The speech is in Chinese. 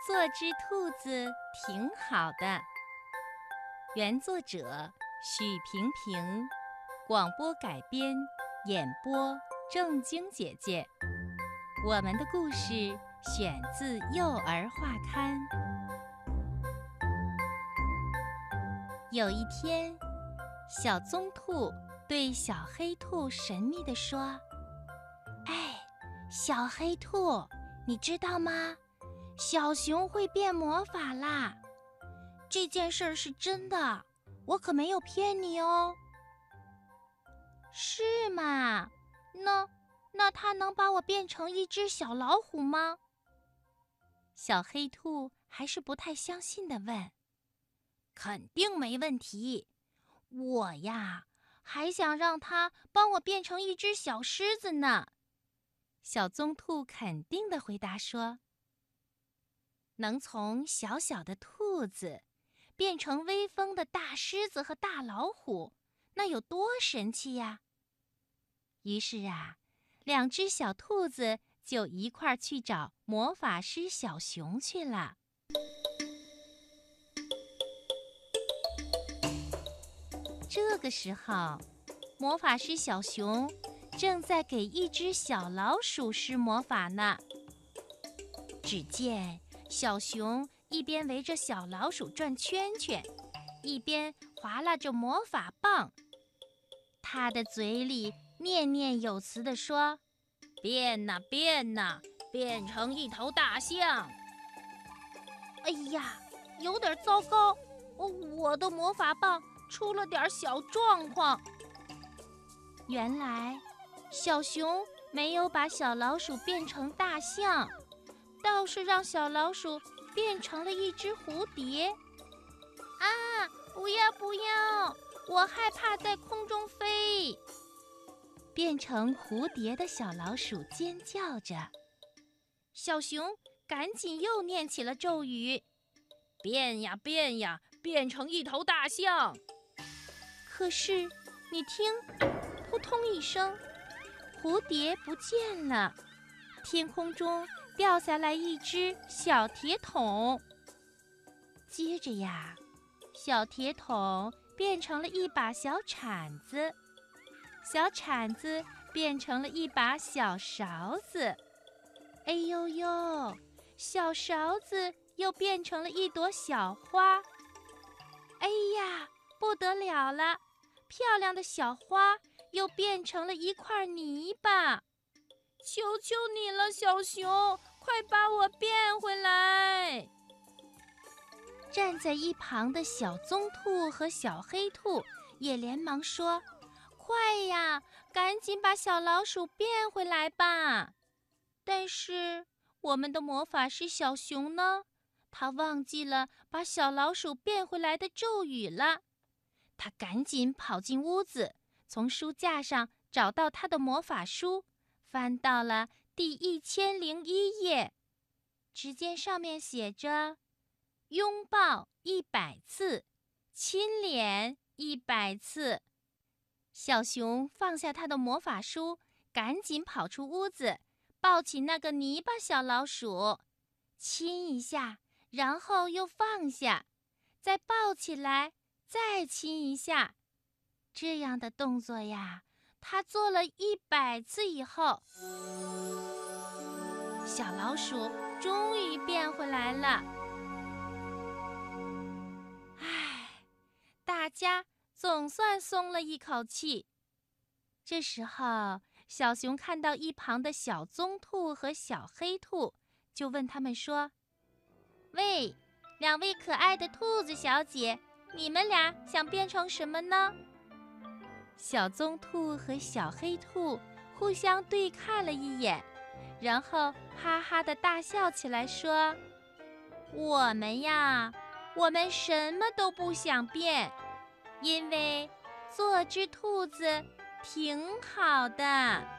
做只兔子挺好的。原作者许平平，广播改编演播正晶姐姐。我们的故事选自幼儿画刊。有一天，小棕兔对小黑兔神秘地说：“哎，小黑兔，你知道吗？小熊会变魔法啦！这件事是真的，我可没有骗你哦。”是吗？那它能把我变成一只小老虎吗？小黑兔还是不太相信地问。肯定没问题，我呀，还想让它帮我变成一只小狮子呢。小棕兔肯定地回答说：“能从小小的兔子变成威风的大狮子和大老虎，那有多神气呀！”于是啊，两只小兔子就一块儿去找魔法师小熊去了。这个时候，魔法师小熊正在给一只小老鼠施魔法呢。只见小熊一边围着小老鼠转圈圈，一边划拉着魔法棒。他的嘴里念念有词地说：“变呐变呐，变成一头大象！”哎呀，有点糟糕，我的魔法棒出了点小状况。原来，小熊没有把小老鼠变成大象，倒是让小老鼠变成了一只蝴蝶。啊，不要不要，我害怕在空中飞。变成蝴蝶的小老鼠尖叫着，小熊赶紧又念起了咒语：“变呀变呀，变成一头大象！”可是，你听，扑通一声，蝴蝶不见了，天空中掉下来一只小铁桶。接着呀，小铁桶变成了一把小铲子，小铲子变成了一把小勺子。哎呦呦，小勺子又变成了一朵小花。哎呀，不得了了！漂亮的小花又变成了一块泥巴。求求你了，小熊，快把我变回来！站在一旁的小棕兔和小黑兔也连忙说：“快呀，赶紧把小老鼠变回来吧！”但是我们的魔法师小熊呢？他忘记了把小老鼠变回来的咒语了。他赶紧跑进屋子，从书架上找到他的魔法书，翻到了第1001页。只见上面写着：“拥抱100次，亲脸100次。”小熊放下他的魔法书，赶紧跑出屋子，抱起那个泥巴小老鼠，亲一下，然后又放下，再抱起来，再亲一下。这样的动作呀，他做了100次以后，小老鼠终于变回来了。唉，大家总算松了一口气。这时候，小熊看到一旁的小棕兔和小黑兔，就问他们说：“喂，两位可爱的兔子小姐，你们俩想变成什么呢？”小棕兔和小黑兔互相对看了一眼，然后哈哈地大笑起来，说：“我们什么都不想变，因为做只兔子挺好的。”